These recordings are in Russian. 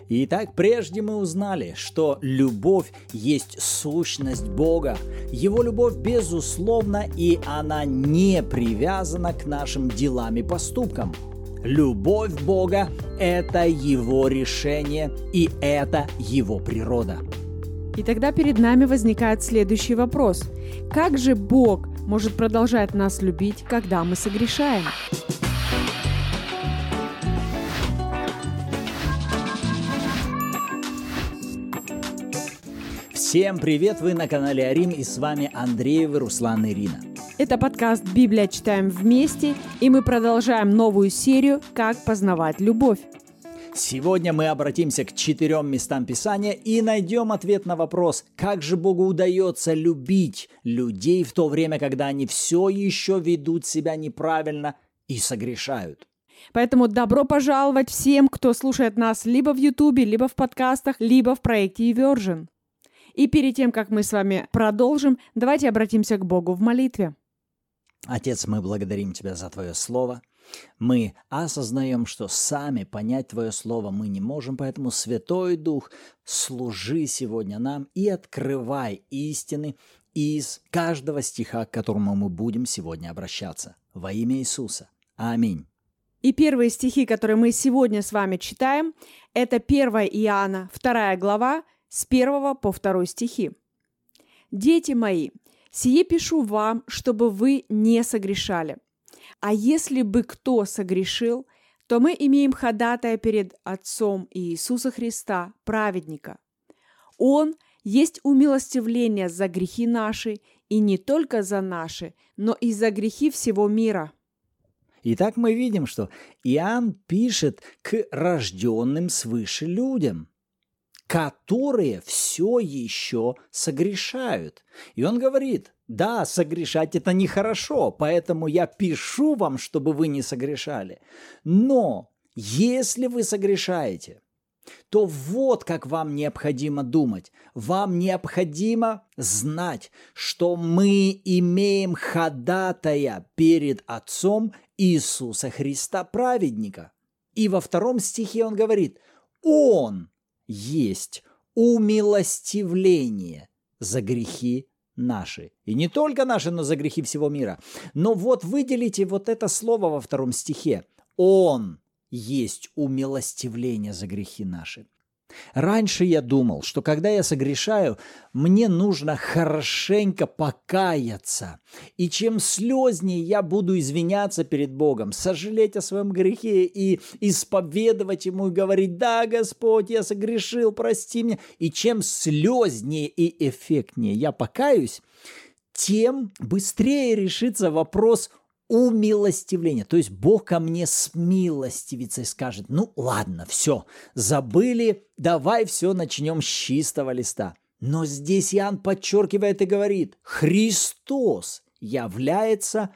Итак, прежде мы узнали, что любовь есть сущность Бога. Его любовь безусловна, и она не привязана к нашим делам и поступкам. Любовь Бога – это Его решение, и это Его природа. И тогда перед нами возникает следующий вопрос. Как же Бог может продолжать нас любить, когда мы согрешаем? Всем привет! Вы на канале Арим, и с вами Андреевы, Руслан и Ирина. Это подкаст «Библия. Читаем вместе», и мы продолжаем новую серию «Как познавать любовь». Сегодня мы обратимся к 4 местам Писания и найдем ответ на вопрос, как же Богу удается любить людей в то время, когда они все еще ведут себя неправильно и согрешают. Поэтому добро пожаловать всем, кто слушает нас либо в Ютубе, либо в подкастах, либо в проекте YouVersion. И перед тем, как мы с вами продолжим, давайте обратимся к Богу в молитве. Отец, мы благодарим Тебя за Твое Слово. Мы осознаем, что сами понять Твое Слово мы не можем, поэтому, Святой Дух, служи сегодня нам и открывай истины из каждого стиха, к которому мы будем сегодня обращаться. Во имя Иисуса. Аминь. И первые стихи, которые мы сегодня с вами читаем, это 1 Иоанна, 2 глава, с 1 по 2 стихи. «Дети мои, сие пишу вам, чтобы вы не согрешали. А если бы кто согрешил, то мы имеем ходатая перед Отцом Иисуса Христа, праведника. Он есть умилостивление за грехи наши, и не только за наши, но и за грехи всего мира». Итак, мы видим, что Иоанн пишет к рожденным свыше людям, которые все еще согрешают. И он говорит, да, согрешать это нехорошо, поэтому я пишу вам, чтобы вы не согрешали. Но если вы согрешаете, то вот как вам необходимо думать. Вам необходимо знать, что мы имеем ходатая перед Отцом Иисуса Христа, праведника. И во 2 стихе он говорит, Он есть умилостивление за грехи наши. И не только наши, но за грехи всего мира. Но вот выделите вот это слово во 2 стихе. Он есть умилостивление за грехи наши. Раньше я думал, что когда я согрешаю, мне нужно хорошенько покаяться. И чем слезнее я буду извиняться перед Богом, сожалеть о своем грехе и исповедовать Ему и говорить, да, Господь, я согрешил, прости меня. И чем слезнее и эффектнее я покаюсь, тем быстрее решится вопрос умилостивления. То есть Бог ко мне смилостивится и скажет, ну ладно, все, забыли, давай все начнем с чистого листа. Но здесь Иоанн подчеркивает и говорит, Христос является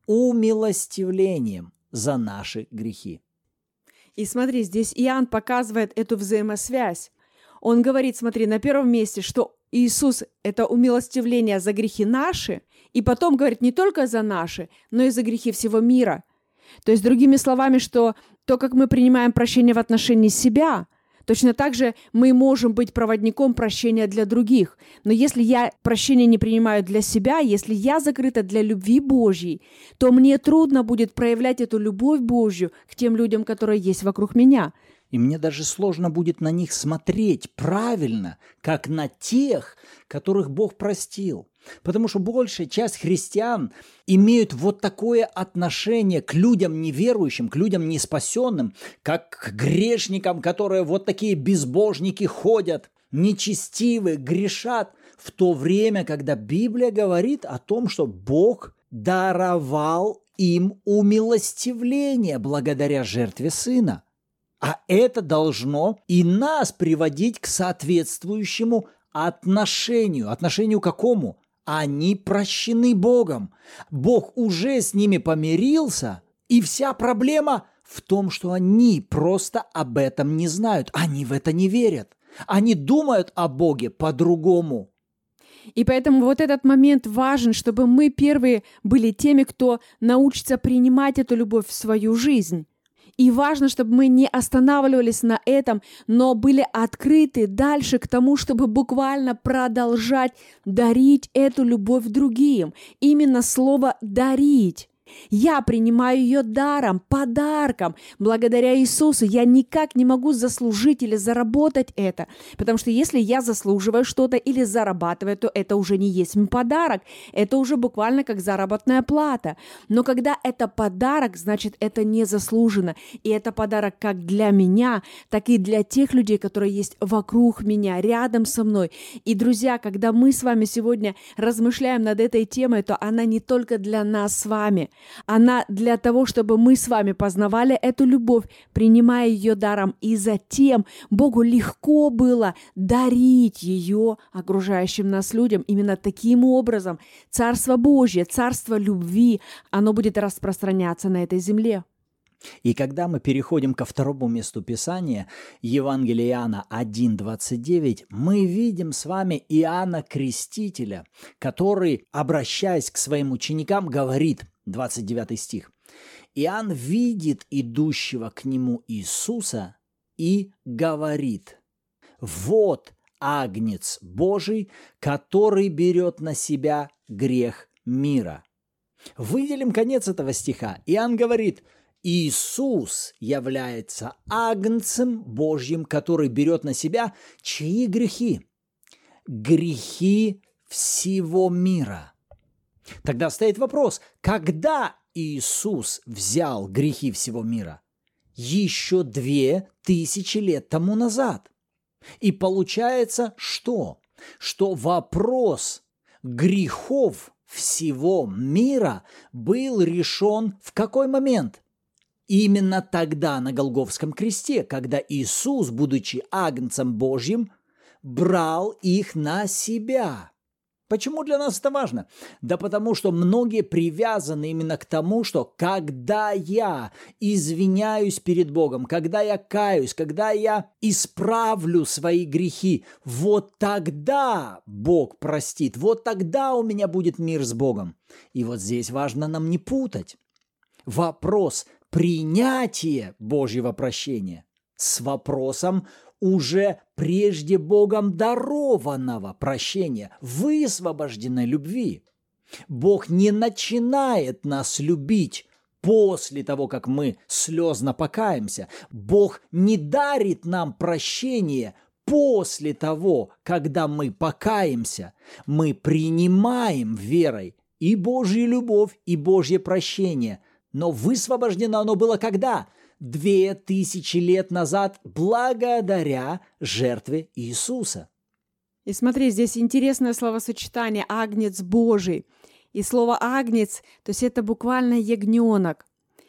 умилостивлением за наши грехи. И смотри, здесь Иоанн показывает эту взаимосвязь. Он говорит, смотри, на первом месте, что Иисус – это умилостивление за грехи наши, и потом говорит не только за наши, но и за грехи всего мира. То есть, другими словами, что то, как мы принимаем прощение в отношении себя, точно так же мы можем быть проводником прощения для других. Но если я прощение не принимаю для себя, если я закрыта для любви Божьей, то мне трудно будет проявлять эту любовь Божью к тем людям, которые есть вокруг меня. И мне даже сложно будет на них смотреть правильно, как на тех, которых Бог простил. Потому что большая часть христиан имеют вот такое отношение к людям неверующим, к людям неспасенным, как к грешникам, которые вот такие безбожники ходят, нечестивы, грешат, в то время, когда Библия говорит о том, что Бог даровал им умилостивление благодаря жертве Сына. А это должно и нас приводить к соответствующему отношению. Отношению к какому? Они прощены Богом. Бог уже с ними помирился, и вся проблема в том, что они просто об этом не знают. Они в это не верят. Они думают о Боге по-другому. И поэтому вот этот момент важен, чтобы мы первые были теми, кто научится принимать эту любовь в свою жизнь. И важно, чтобы мы не останавливались на этом, но были открыты дальше к тому, чтобы буквально продолжать дарить эту любовь другим. Именно слово «дарить». Я принимаю ее даром, подарком. Благодаря Иисусу я никак не могу заслужить или заработать это. Потому что если я заслуживаю что-то или зарабатываю, то это уже не есть подарок. Это уже буквально как заработная плата. Но когда это подарок, значит, это незаслуженно. И это подарок как для меня, так и для тех людей, которые есть вокруг меня, рядом со мной. И, друзья, когда мы с вами сегодня размышляем над этой темой, то она не только для нас с вами. Она для того, чтобы мы с вами познавали эту любовь, принимая ее даром, и затем Богу легко было дарить ее окружающим нас людям. Именно таким образом Царство Божье, Царство любви, оно будет распространяться на этой земле. И когда мы переходим ко второму месту Писания, Евангелие Иоанна 1:29, мы видим с вами Иоанна Крестителя, который, обращаясь к своим ученикам, говорит, 29 стих, Иоанн видит идущего к нему Иисуса и говорит, «Вот Агнец Божий, который берет на себя грех мира». Выделим конец этого стиха. Иоанн говорит, Иисус является Агнцем Божьим, который берет на себя чьи грехи? Грехи всего мира. Тогда стоит вопрос, когда Иисус взял грехи всего мира? Еще 2000 лет тому назад. И получается что? Что вопрос грехов всего мира был решен в какой момент? Именно тогда на Голгофском кресте, когда Иисус, будучи Агнцем Божьим, брал их на себя. Почему для нас это важно? Да потому что многие привязаны именно к тому, что когда я извиняюсь перед Богом, когда я каюсь, когда я исправлю свои грехи, вот тогда Бог простит, вот тогда у меня будет мир с Богом. И вот здесь важно нам не путать вопрос принятия Божьего прощения с вопросом уже прежде Богом дарованного прощения, высвобожденной любви. Бог не начинает нас любить после того, как мы слезно покаемся. Бог не дарит нам прощение после того, когда мы покаемся. Мы принимаем верой и Божью любовь, и Божье прощение. Но высвобождено оно было когда? 2000 лет назад, благодаря жертве Иисуса. И смотри, здесь интересное словосочетание «агнец Божий». И слово «агнец», то есть это буквально ягненок.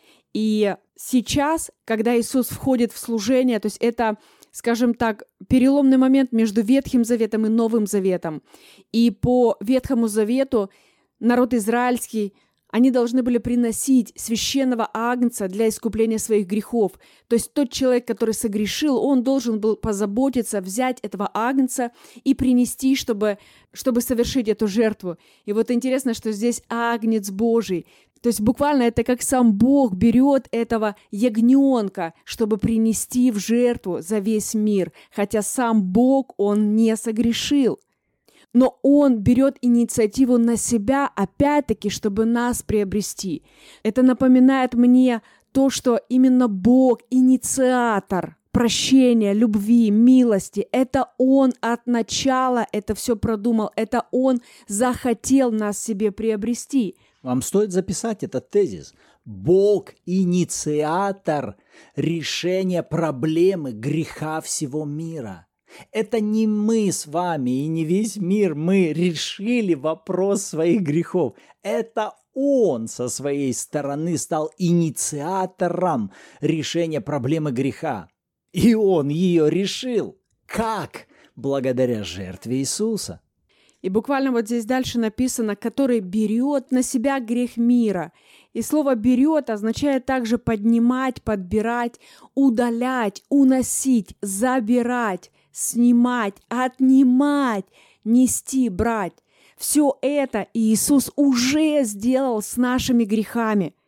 И сейчас, когда Иисус входит в служение, то есть это, скажем так, переломный момент между Ветхим Заветом и Новым Заветом. И по Ветхому Завету народ израильский, они должны были приносить священного агнца для искупления своих грехов. То есть тот человек, который согрешил, он должен был позаботиться, взять этого агнца и принести, чтобы совершить эту жертву. И вот интересно, что здесь агнец Божий. То есть буквально это как сам Бог берет этого ягненка, чтобы принести в жертву за весь мир. Хотя сам Бог, он не согрешил. Но Он берет инициативу на себя, опять-таки, чтобы нас приобрести. Это напоминает мне то, что именно Бог – инициатор прощения, любви, милости. Это Он от начала это все продумал. Это Он захотел нас себе приобрести. Вам стоит записать этот тезис. Бог – инициатор решения проблемы греха всего мира. Это не мы с вами и не весь мир, мы решили вопрос своих грехов. Это Он со своей стороны стал инициатором решения проблемы греха. И Он ее решил. Как? Благодаря жертве Иисуса. И буквально вот здесь дальше написано, который берет на себя грех мира. И слово «берет» означает также поднимать, подбирать, удалять, уносить, забирать, снимать, отнимать, нести, брать. Все это Иисус уже сделал с нашими грехами.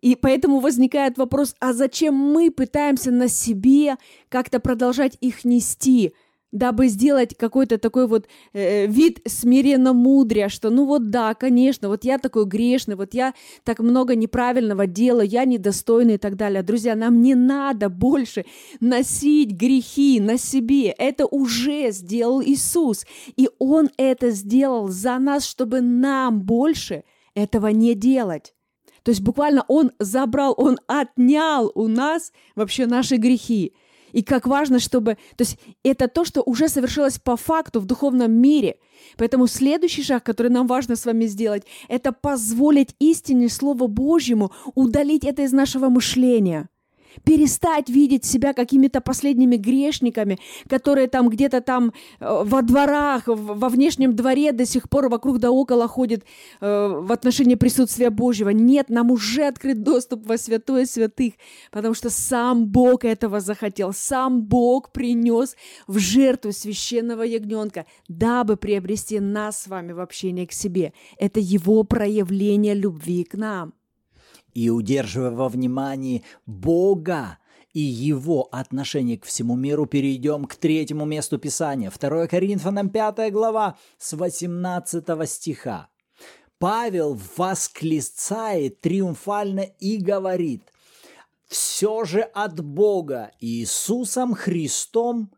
И поэтому возникает вопрос, а зачем мы пытаемся на себе как-то продолжать их нести, дабы сделать какой-то такой вот вид смиренно-мудрия, что ну вот да, конечно, вот я такой грешный, вот я так много неправильного делаю, я недостойный и так далее. Друзья, нам не надо больше носить грехи на себе. Это уже сделал Иисус. И Он это сделал за нас, чтобы нам больше этого не делать. То есть буквально Он забрал, Он отнял у нас вообще наши грехи. И как важно, чтобы... То есть это то, что уже совершилось по факту в духовном мире. Поэтому следующий шаг, который нам важно с вами сделать, это позволить истине Слову Божьему удалить это из нашего мышления. Перестать видеть себя какими-то последними грешниками, которые там где-то там во дворах, во внешнем дворе до сих пор вокруг да около ходят в отношении присутствия Божьего. Нет, нам уже открыт доступ во святое святых, потому что сам Бог этого захотел. Сам Бог принес в жертву священного ягненка, дабы приобрести нас с вами в общение к себе. Это Его проявление любви к нам. И удерживая во внимании Бога и Его отношение к всему миру, перейдем к третьему месту Писания. 2 Коринфянам 5 глава с 18 стиха. Павел восклицает триумфально и говорит: «Все же от Бога Иисусом Христом,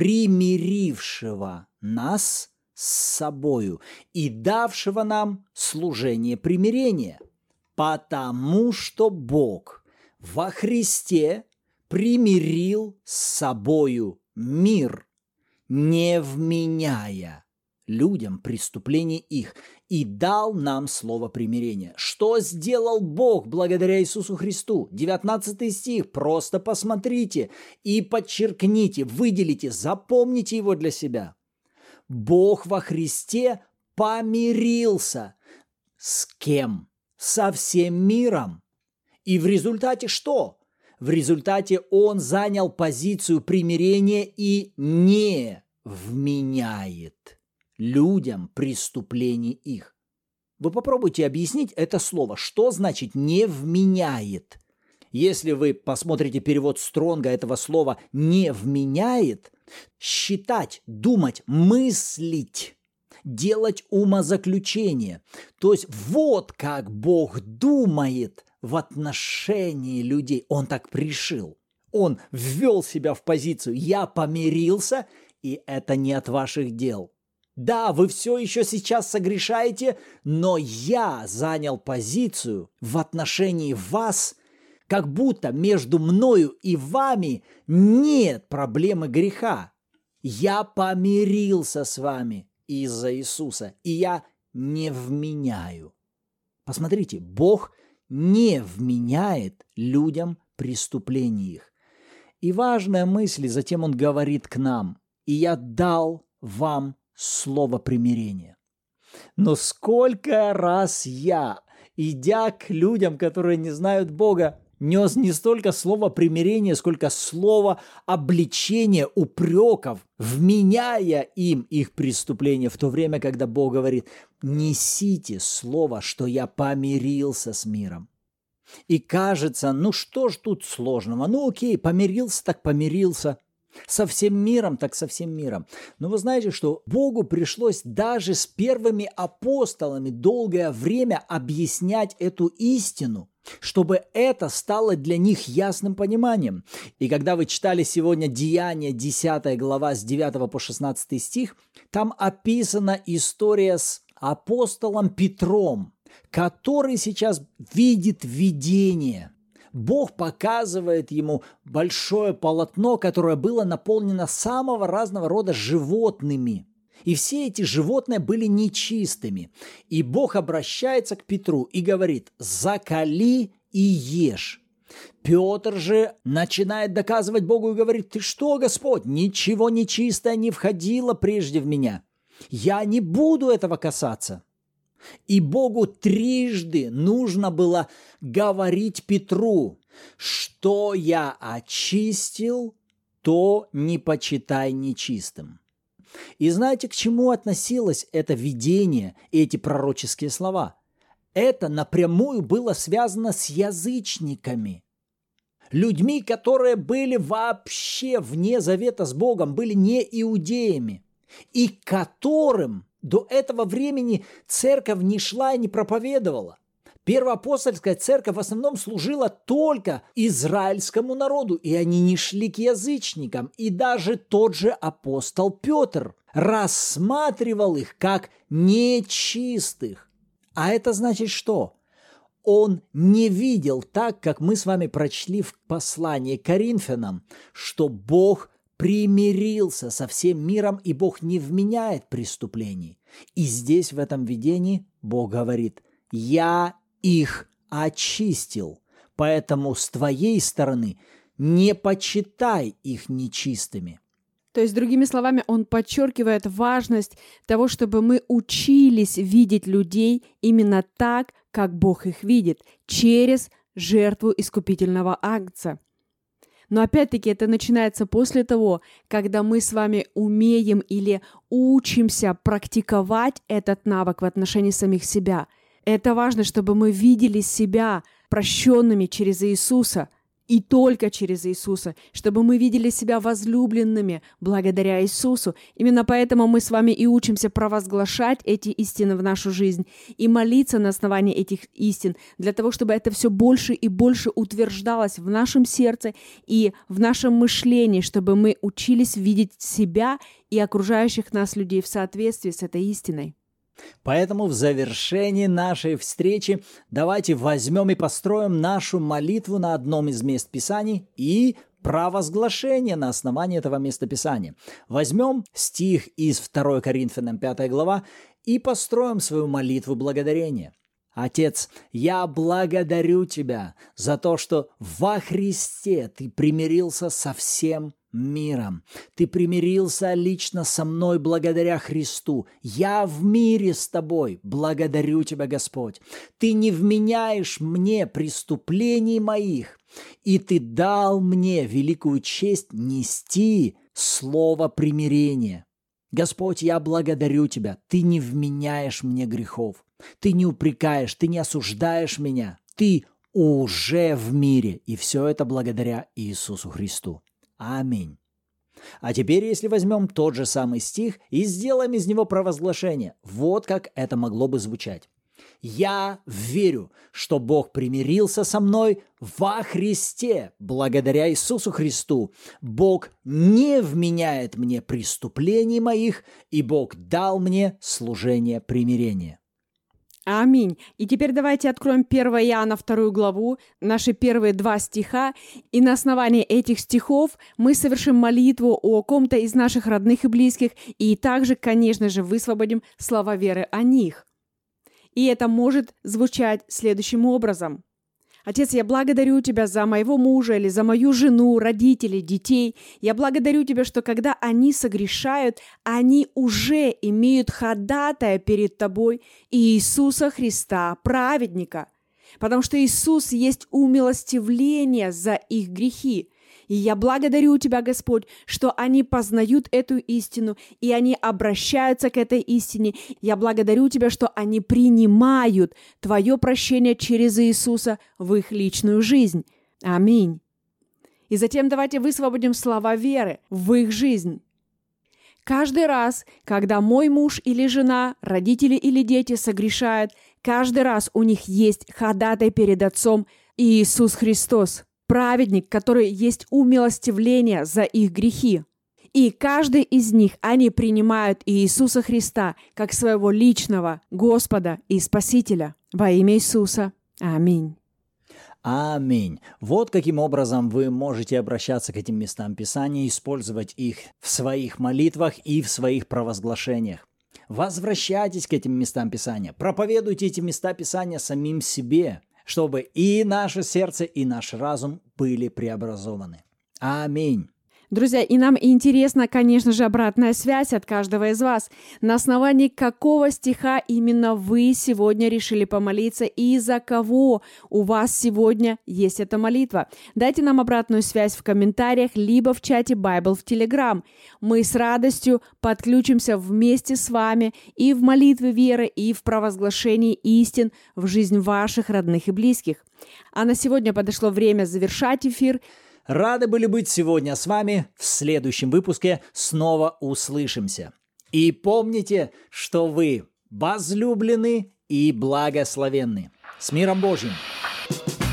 примирившего нас с собою и давшего нам служение примирения». Потому что Бог во Христе примирил с собою мир, не вменяя людям преступлений их, и дал нам слово примирения. Что сделал Бог благодаря Иисусу Христу? 19 стих, просто посмотрите и подчеркните, выделите, запомните его для себя. Бог во Христе помирился с кем? Со всем миром. И в результате что? В результате он занял позицию примирения и не вменяет людям преступлений их. Вы попробуйте объяснить это слово. Что значит «не вменяет»? Если вы посмотрите перевод Стронга этого слова «не вменяет», считать, думать, мыслить, делать умозаключение. То есть вот как Бог думает в отношении людей. Он так пришил. Он ввел себя в позицию «я помирился», и это не от ваших дел. Да, вы все еще сейчас согрешаете, но я занял позицию в отношении вас, как будто между мною и вами нет проблемы греха. Я помирился с вами из-за Иисуса, и я не вменяю. Посмотрите, Бог не вменяет людям преступлений их. И важная мысль, затем Он говорит к нам: «И я дал вам слово примирения». Но сколько раз я, идя к людям, которые не знают Бога, нес не столько слово примирения, сколько слово обличения, упреков, вменяя им их преступления, в то время, когда Бог говорит: «Несите слово, что я помирился с миром». И кажется, ну что ж тут сложного? Ну окей, помирился так помирился. Со всем миром, так со всем миром. Но вы знаете, что Богу пришлось даже с первыми апостолами долгое время объяснять эту истину, чтобы это стало для них ясным пониманием. И когда вы читали сегодня Деяния, 10 глава, с 9 по 16 стих, там описана история с апостолом Петром, который сейчас видит видение. Бог показывает ему большое полотно, которое было наполнено самого разного рода животными. И все эти животные были нечистыми. И Бог обращается к Петру и говорит: «Закали и ешь». Петр же начинает доказывать Богу и говорит: «Ты что, Господь, ничего нечистое не входило прежде в меня. Я не буду этого касаться». И Богу трижды нужно было говорить Петру: «Что я очистил, то не почитай нечистым». И знаете, к чему относилось это видение и эти пророческие слова? это напрямую было связано с язычниками. Людьми, которые были вообще вне завета с Богом, были не иудеями, и которым до этого времени церковь не шла и не проповедовала. Первоапостольская церковь в основном служила только израильскому народу, и они не шли к язычникам. И даже тот же апостол Петр рассматривал их как нечистых. А это значит что? Он не видел так, как мы с вами прочли в послании к Коринфянам, что Бог примирился со всем миром, и Бог не вменяет преступлений. И здесь, в этом видении, Бог говорит: «Я их очистил, поэтому с твоей стороны не почитай их нечистыми». То есть, другими словами, он подчеркивает важность того, чтобы мы учились видеть людей именно так, как Бог их видит, через жертву искупительного агнца. Но опять-таки это начинается после того, когда мы с вами умеем или учимся практиковать этот навык в отношении самих себя. Это важно, чтобы мы видели себя прощенными через Иисуса, и только через Иисуса, чтобы мы видели себя возлюбленными благодаря Иисусу. Именно поэтому мы с вами и учимся провозглашать эти истины в нашу жизнь и молиться на основании этих истин, для того, чтобы это все больше и больше утверждалось в нашем сердце и в нашем мышлении, чтобы мы учились видеть себя и окружающих нас людей в соответствии с этой истиной. Поэтому в завершении нашей встречи давайте возьмем и построим нашу молитву на одном из мест Писаний и провозглашение на основании этого места Писания. Возьмем стих из 2 Коринфянам 5 глава и построим свою молитву благодарения. Отец, я благодарю Тебя за то, что во Христе Ты примирился со всем миром. Ты примирился лично со мной благодаря Христу. Я в мире с Тобой. Благодарю Тебя, Господь. Ты не вменяешь мне преступлений моих, и Ты дал мне великую честь нести слово примирения. Господь, я благодарю Тебя. Ты не вменяешь мне грехов. Ты не упрекаешь, Ты не осуждаешь меня. Ты уже в мире, и все это благодаря Иисусу Христу. Аминь. А теперь, если возьмем тот же самый стих и сделаем из него провозглашение, вот как это могло бы звучать. «Я верю, что Бог примирился со мной во Христе, благодаря Иисусу Христу. Бог не вменяет мне преступлений моих, и Бог дал мне служение примирения». Аминь. И теперь давайте откроем 1 Иоанна 2 главу, наши первые 2 стиха, и на основании этих стихов мы совершим молитву о ком-то из наших родных и близких, и также, конечно же, высвободим слова веры о них. И это может звучать следующим образом. Отец, я благодарю Тебя за моего мужа или за мою жену, родителей, детей. Я благодарю Тебя, что когда они согрешают, они уже имеют ходатая перед Тобой Иисуса Христа, праведника. Потому что Иисус есть умилостивление за их грехи. И я благодарю Тебя, Господь, что они познают эту истину, и они обращаются к этой истине. Я благодарю Тебя, что они принимают Твое прощение через Иисуса в их личную жизнь. Аминь. И затем давайте высвободим слова веры в их жизнь. Каждый раз, когда мой муж или жена, родители или дети согрешают, каждый раз у них есть ходатай перед Отцом Иисус Христос, праведник, который есть умилостивление за их грехи. И каждый из них, они принимают Иисуса Христа как своего личного Господа и Спасителя. Во имя Иисуса. Аминь. Аминь. Вот каким образом вы можете обращаться к этим местам Писания, использовать их в своих молитвах и в своих провозглашениях. Возвращайтесь к этим местам Писания, проповедуйте эти места Писания самим себе, чтобы и наше сердце, и наш разум были преобразованы. Аминь. Друзья, и нам интересна, конечно же, обратная связь от каждого из вас. На основании какого стиха именно вы сегодня решили помолиться и за кого у вас сегодня есть эта молитва? Дайте нам обратную связь в комментариях, либо в чате Bible в Telegram. Мы с радостью подключимся вместе с вами и в молитве веры, и в провозглашении истин в жизнь ваших родных и близких. А на сегодня подошло время завершать эфир. Рады были быть сегодня с вами. В следующем выпуске снова услышимся. И помните, что вы возлюблены и благословенны. С миром Божьим!